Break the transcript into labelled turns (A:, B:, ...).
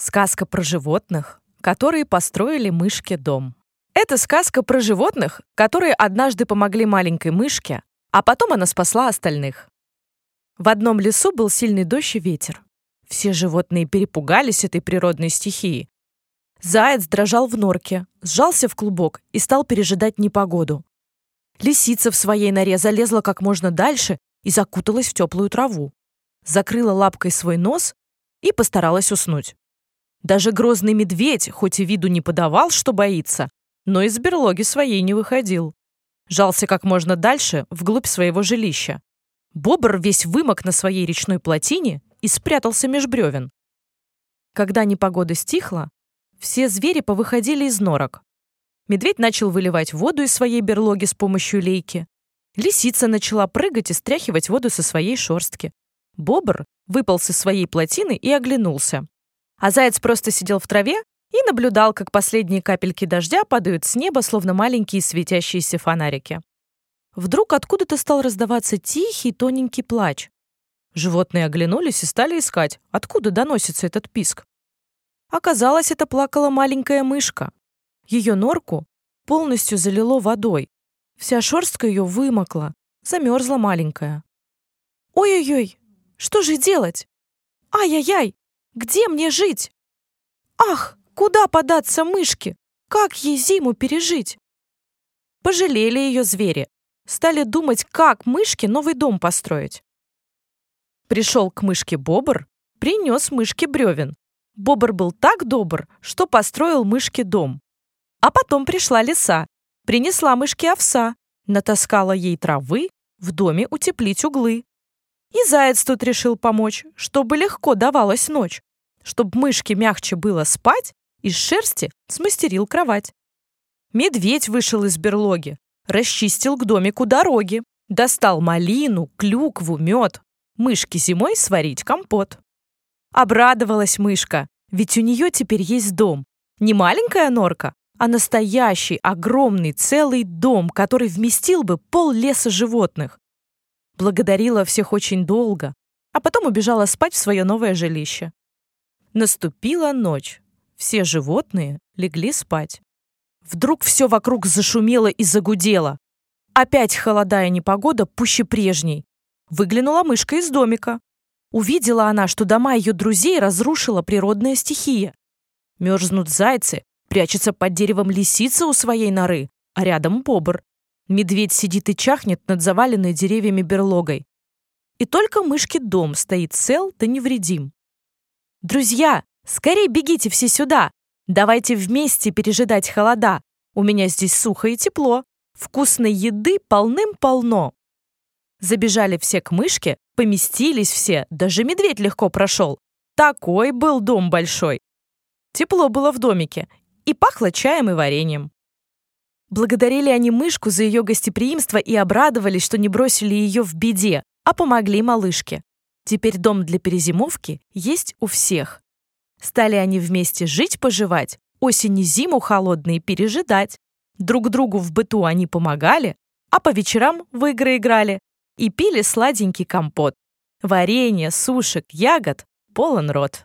A: Сказка про животных, которые построили мышке дом. Это сказка про животных, которые однажды помогли маленькой мышке, а потом она спасла остальных. В одном лесу был сильный дождь и ветер. Все животные перепугались этой природной стихии. Заяц дрожал в норке, сжался в клубок и стал пережидать непогоду. Лисица в своей норе залезла как можно дальше и закуталась в теплую траву. Закрыла лапкой свой нос и постаралась уснуть. Даже грозный медведь, хоть и виду не подавал, что боится, но из берлоги своей не выходил. Жался как можно дальше, вглубь своего жилища. Бобр весь вымок на своей речной плотине и спрятался меж бревен. Когда непогода стихла, все звери повыходили из норок. Медведь начал выливать воду из своей берлоги с помощью лейки. Лисица начала прыгать и стряхивать воду со своей шерстки. Бобр выполз из своей плотины и оглянулся. А заяц просто сидел в траве и наблюдал, как последние капельки дождя падают с неба, словно маленькие светящиеся фонарики. Вдруг откуда-то стал раздаваться тихий, тоненький плач. Животные оглянулись и стали искать, откуда доносится этот писк. Оказалось, это плакала маленькая мышка. Ее норку полностью залило водой. Вся шерстка ее вымокла, замерзла маленькая. «Ой-ой-ой, что же делать? Ай-яй-яй, где мне жить? Ах, куда податься мышке? Как ей зиму пережить?» Пожалели ее звери, стали думать, как мышке новый дом построить. Пришел к мышке бобр, принес мышке бревен. Бобр был так добр, что построил мышке дом. А потом пришла лиса, принесла мышке овса, натаскала ей травы, в доме утеплить углы. И заяц тут решил помочь, чтобы легко давалась ночь, чтобы мышке мягче было спать, из шерсти смастерил кровать. Медведь вышел из берлоги, расчистил к домику дороги, достал малину, клюкву, мед, мышке зимой сварить компот. Обрадовалась мышка, ведь у нее теперь есть дом. Не маленькая норка, а настоящий, огромный, целый дом, который вместил бы пол-леса животных. Благодарила всех очень долго, а потом убежала спать в свое новое жилище. Наступила ночь. Все животные легли спать. Вдруг все вокруг зашумело и загудело. Опять холода и непогода пуще прежней. Выглянула мышка из домика. Увидела она, что дома ее друзей разрушила природная стихия. Мерзнут зайцы, прячется под деревом лисица у своей норы, а рядом бобр. Медведь сидит и чахнет над заваленной деревьями берлогой. И только мышки дом стоит цел да невредим. «Друзья, скорей бегите все сюда! Давайте вместе пережидать холода. У меня здесь сухо и тепло. Вкусной еды полным-полно». Забежали все к мышке, поместились все, даже медведь легко прошел. Такой был дом большой. Тепло было в домике, и пахло чаем и вареньем. Благодарили они мышку за ее гостеприимство и обрадовались, что не бросили ее в беде, а помогли малышке. Теперь дом для перезимовки есть у всех. Стали они вместе жить-поживать, осень и зиму холодные пережидать. Друг другу в быту они помогали, а по вечерам в игры играли и пили сладенький компот. Варенье, сушек, ягод полон рот.